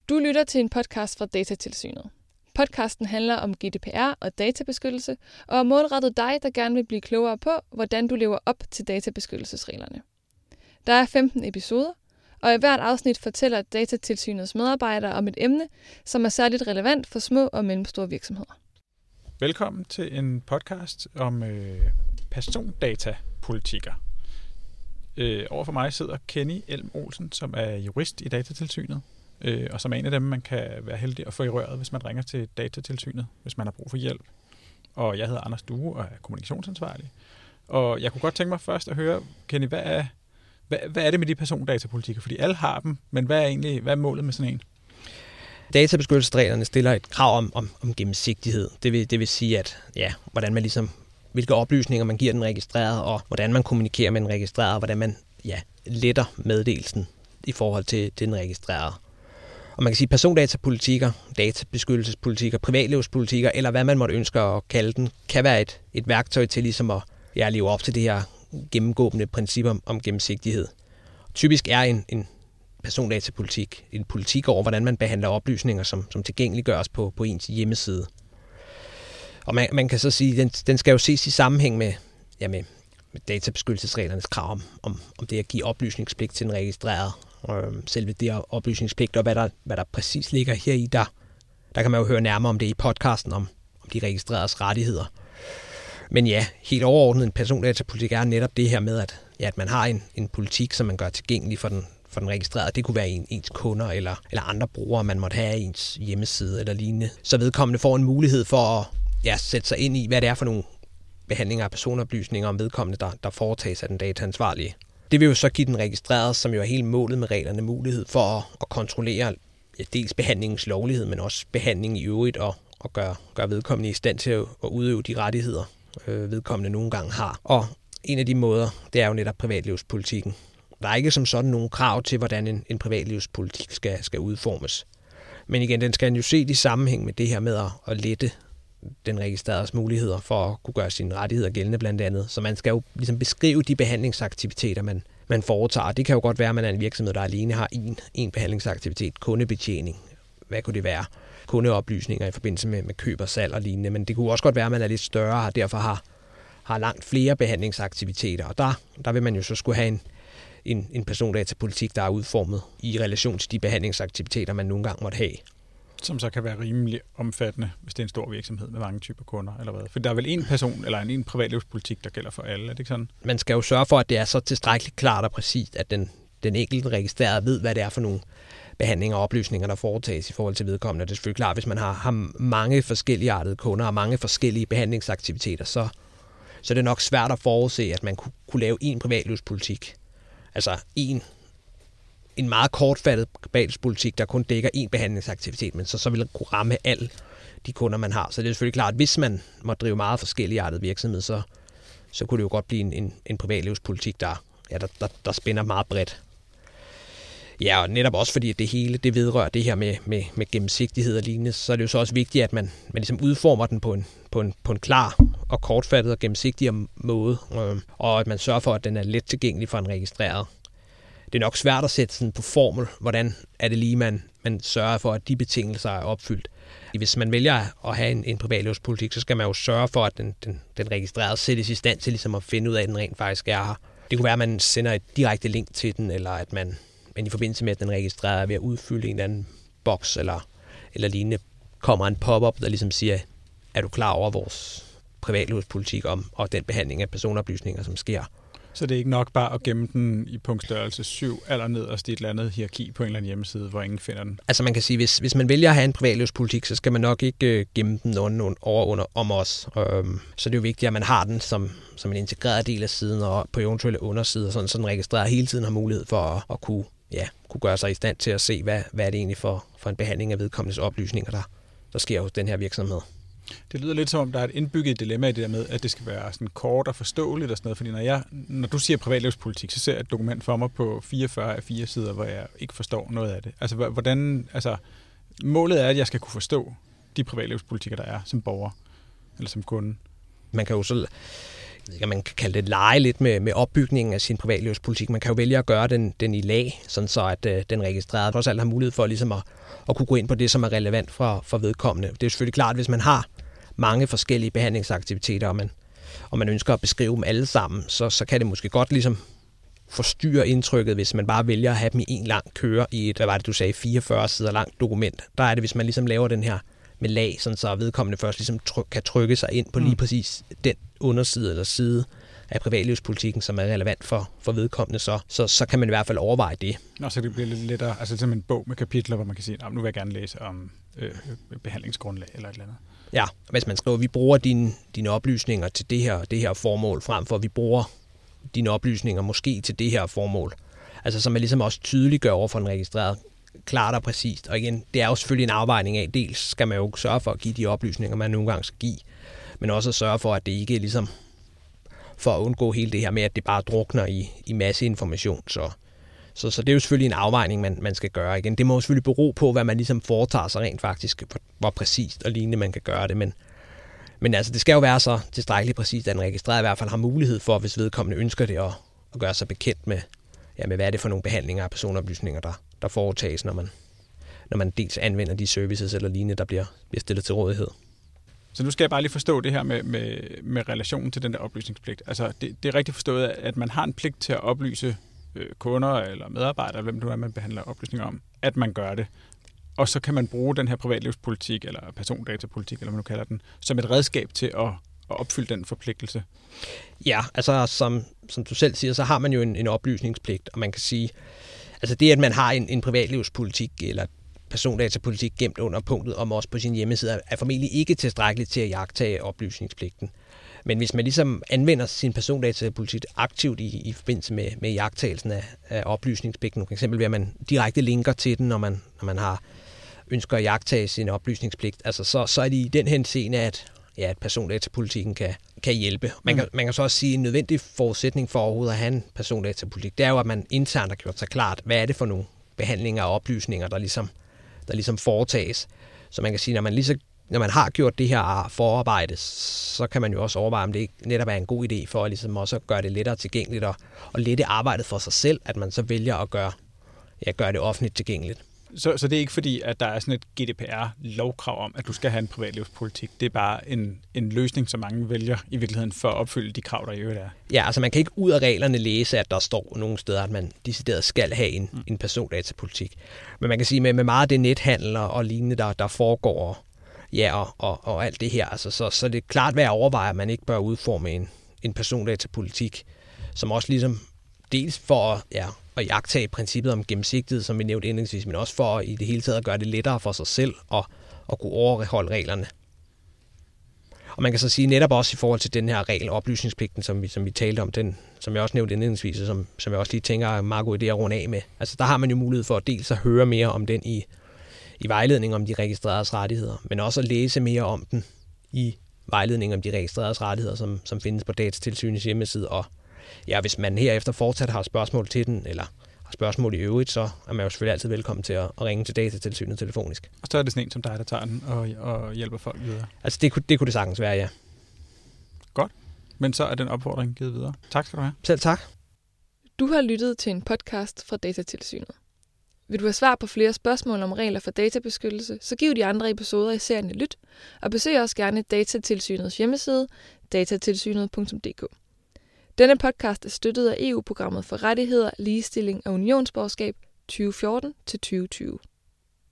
Du lytter til en podcast fra Datatilsynet. Podcasten handler om GDPR og databeskyttelse, og er målrettet dig, der gerne vil blive klogere på, hvordan du lever op til databeskyttelsesreglerne. Der er 15 episoder, og i hvert afsnit fortæller Datatilsynets medarbejdere om et emne, som er særligt relevant for små og mellemstore virksomheder. Velkommen til en podcast om persondatapolitikker. Overfor mig sidder Kenny Elm Olsen, som er jurist i Datatilsynet, og som er en af dem, man kan være heldig at få i røret, hvis man ringer til Datatilsynet, hvis man har brug for hjælp. Og jeg hedder Anders Due og er kommunikationsansvarlig. Og jeg kunne godt tænke mig først at høre, Kenny, hvad er det med de persondatapolitikker? Fordi alle har dem, men hvad er målet med sådan en? Databeskyttelsesreglerne stiller et krav om gennemsigtighed. Det vil sige, at hvordan man ligesom, hvilke oplysninger man giver den registrerede, og hvordan man kommunikerer med den registrerede, og hvordan man letter meddelelsen i forhold til den registrerede. Og man kan sige, at persondatapolitikker, databeskyttelsespolitikker, privatlivspolitikker, eller hvad man måtte ønske at kalde den, kan være et værktøj til ligesom at leve op til det her gennemgående princip om gennemsigtighed. Typisk er en persondatapolitik en politik over, hvordan man behandler oplysninger, som tilgængeliggøres på ens hjemmeside. Og man kan så sige, at den skal jo ses i sammenhæng med databeskyttelsesreglernes krav om det at give oplysningspligt til den registrerede. Selve det her oplysningspligt, og hvad der præcis ligger her i, der kan man jo høre nærmere om det i podcasten om de registreredes rettigheder. Men helt overordnet en persondatapolitik er netop det her med, at man har en politik, som man gør tilgængelig for den registrerede. Det kunne være ens kunder eller andre brugere, man måtte have ens hjemmeside eller lignende. Så vedkommende får en mulighed for at sætte sig ind i, hvad det er for nogle behandlinger af personoplysninger om vedkommende, der foretages af den dataansvarlige. Det vil jo så give den registrerede, som jo er helt målet med reglerne, mulighed for at kontrollere dels behandlingens lovlighed, men også behandlingen i øvrigt, og gøre vedkommende i stand til at udøve de rettigheder, vedkommende nogle gange har. Og en af de måder, det er jo netop privatlivspolitikken. Der er ikke som sådan nogen krav til, hvordan en privatlivspolitik skal udformes. Men igen, den skal jo se i sammenhæng med det her med at lette den registreredes muligheder for at kunne gøre sine rettigheder gældende blandt andet. Så man skal jo ligesom beskrive de behandlingsaktiviteter, man foretager. Det kan jo godt være, at man er en virksomhed, der alene har en behandlingsaktivitet, kundebetjening. Hvad kunne det være? Kundeoplysninger i forbindelse med køb og salg og lignende. Men det kunne også godt være, at man er lidt større og derfor har langt flere behandlingsaktiviteter. Og der vil man jo så skulle have en persondatapolitik, der er udformet i relation til de behandlingsaktiviteter, man nogle gange måtte have. Som så kan være rimelig omfattende, hvis det er en stor virksomhed med mange typer kunder, eller hvad? For der er vel en person eller en privatlivspolitik, der gælder for alle, er det ikke sådan? Man skal jo sørge for, at det er så tilstrækkeligt klart og præcist, at den enkelte registrerede ved, hvad det er for nogle behandlinger og oplysninger, der foretages i forhold til vedkommende. Det er selvfølgelig klart, hvis man har mange forskellige artede kunder og mange forskellige behandlingsaktiviteter, så er det nok svært at forudse, at man kunne lave en privatlivspolitik. Altså en meget kortfattet privatlivspolitik, der kun dækker én behandlingsaktivitet, men så vil det kunne ramme alle de kunder, man har. Så det er selvfølgelig klart, at hvis man må drive meget forskelligartet virksomhed, så kunne det jo godt blive en privatlivspolitik, der spænder meget bredt. Ja, og netop også fordi, at det hele det vedrører det her med gennemsigtighed og lignende, så er det jo så også vigtigt, at man ligesom udformer den på en klar og kortfattet og gennemsigtig måde, og at man sørger for, at den er let tilgængelig for en registreret. Det er nok svært at sætte sådan på formel, hvordan er det lige, man sørger for, at de betingelser er opfyldt. Hvis man vælger at have en privatlivspolitik, så skal man jo sørge for, at den registrerede sættes i stand til ligesom at finde ud af, at den rent faktisk er her. Det kunne være, at man sender et direkte link til den, eller at man i forbindelse med, at den registrerede er ved at udfylde en eller anden boks eller lignende, kommer en pop-up, der ligesom siger, er du klar over vores privatlivspolitik og den behandling af personoplysninger, som sker. Så det er ikke nok bare at gemme den i punktstørrelse 7 eller nederst i et eller andet hierarki på en eller anden hjemmeside, hvor ingen finder den? Altså man kan sige, hvis man vælger at have en privatlivspolitik, så skal man nok ikke gemme den under om os. Så det er jo vigtigt, at man har den som en integreret del af siden og på eventuelle undersider, så den registrerer hele tiden har mulighed for at kunne gøre sig i stand til at se, hvad er det egentlig for en behandling af vedkommendes oplysninger, der sker hos den her virksomhed. Det lyder lidt som om, der er et indbygget dilemma i det der med, at det skal være sådan kort og forståeligt og sådan noget. Fordi når du siger privatlivspolitik, så ser jeg et dokument for mig på 44 af 4 sider, hvor jeg ikke forstår noget af det. Altså, målet er, at jeg skal kunne forstå de privatlivspolitikker, der er som borger eller som kunde. Man kan jo så man kan kalde det lege lidt med opbygningen af sin privatlivspolitik. Man kan jo vælge at gøre den i lag, sådan så at den registrerede også alt har mulighed for ligesom at kunne gå ind på det, som er relevant for vedkommende. Det er jo selvfølgelig klart, at hvis man har mange forskellige behandlingsaktiviteter, og man ønsker at beskrive dem alle sammen, så kan det måske godt ligesom forstyrre indtrykket, hvis man bare vælger at have dem i en lang køre i et, hvad var det, du sagde, 44 sider langt dokument. Der er det, hvis man ligesom laver den her med lag, sådan så vedkommende først ligesom kan trykke sig ind på lige præcis den underside eller side af privatlivspolitikken, som er relevant for vedkommende, så kan man i hvert fald overveje det. Og så det bliver lidt lettere, altså som en bog med kapitler, hvor man kan sige, nu vil jeg gerne læse om behandlingsgrundlag eller et eller andet. Ja, hvis man skriver, at vi bruger dine oplysninger til det her formål, frem for at vi bruger dine oplysninger måske til det her formål. Altså så man ligesom også tydeliggør over for en registreret, klart og præcist. Og igen, det er jo selvfølgelig en afvejning af, dels skal man jo sørge for at give de oplysninger, man nogle gange skal give, men også at sørge for, at det ikke ligesom for at undgå hele det her med, at det bare drukner i masse information. Så det er jo selvfølgelig en afvejning, man skal gøre. Igen, det må jo selvfølgelig bero på, hvad man ligesom foretager sig rent faktisk, hvor præcist og lignende man kan gøre det. Men altså, det skal jo være så tilstrækkeligt præcist, at en registreret i hvert fald har mulighed for, hvis vedkommende ønsker det, at gøre sig bekendt med, hvad er det for nogle behandlinger af personoplysninger, der foretages, når man dels anvender de services eller lignende, der bliver stillet til rådighed. Så nu skal jeg bare lige forstå det her med relationen til den der oplysningspligt. Altså, det er rigtigt forstået, at man har en pligt til at oplyse kunder eller medarbejdere, hvem du er, man behandler oplysninger om, at man gør det. Og så kan man bruge den her privatlivspolitik, eller persondatapolitik, eller hvad man nu kalder den, som et redskab til at opfylde den forpligtelse. Ja, altså som du selv siger, så har man jo en oplysningspligt, og man kan sige, altså det, at man har en privatlivspolitik eller persondatapolitik gemt under punktet om også på sin hjemmeside, er formentlig ikke tilstrækkeligt til at iagttage oplysningspligten. Men hvis man ligesom anvender sin persondatapolitik aktivt i forbindelse med iagttagelsen af oplysningspligten, f.eks. ved at man direkte linker til den, når man har ønsker at iagttage sin oplysningspligt, altså så er det i den henseende, at persondatapolitikken kan hjælpe. Man kan så også sige, at en nødvendig forudsætning for overhovedet at have en persondatapolitik, det er jo, at man internt har gjort sig klart, hvad er det for nogle behandlinger og oplysninger, der ligesom foretages. Så man kan sige, når man har gjort det her forarbejde, så kan man jo også overveje, om det ikke netop er en god idé for at ligesom også gøre det lettere tilgængeligt og lette arbejdet for sig selv, at man så vælger at gøre det offentligt tilgængeligt. Så det er ikke fordi, at der er sådan et GDPR-lovkrav om, at du skal have en privatlivspolitik. Det er bare en løsning, som mange vælger i virkeligheden for at opfylde de krav, der i øvrigt er. Ja, altså man kan ikke ud af reglerne læse, at der står nogle steder, at man decideret skal have en persondatapolitik. Men man kan sige, med meget af det nethandel og lignende, der foregår, og alt det her, altså, så er det klart værd at overveje, at man ikke bør udforme en persondatapolitik, som også ligesom dels for at iagttage princippet om gennemsigtighed, som vi nævnte indledningsvis, men også for i det hele taget at gøre det lettere for sig selv at kunne overholde reglerne. Og man kan så sige netop også i forhold til den her regel, oplysningspligten, som vi talte om, den, som jeg også nævnte indledningsvis, og som jeg også lige tænker er en meget god idé at runde af med. Altså der har man jo mulighed for at dels at høre mere om den i vejledning om de registreredes rettigheder, men også at læse mere om den i vejledning om de registreredes rettigheder, som findes på Datatilsynets hjemmeside. Og hvis man herefter fortsat har spørgsmål til den, eller har spørgsmål i øvrigt, så er man jo selvfølgelig altid velkommen til at ringe til Datatilsynet telefonisk. Og så er det sådan en som dig, der tager den og hjælper folk videre? Altså det kunne det sagtens være, ja. Godt. Men så er den opfordring givet videre. Tak skal du have. Selv tak. Du har lyttet til en podcast fra Datatilsynet. Vil du have svar på flere spørgsmål om regler for databeskyttelse, så giv de andre episoder i serien et lyt, og besøg også gerne Datatilsynets hjemmeside, datatilsynet.dk. Denne podcast er støttet af EU-programmet for rettigheder, ligestilling og unionsborgerskab 2014-2020.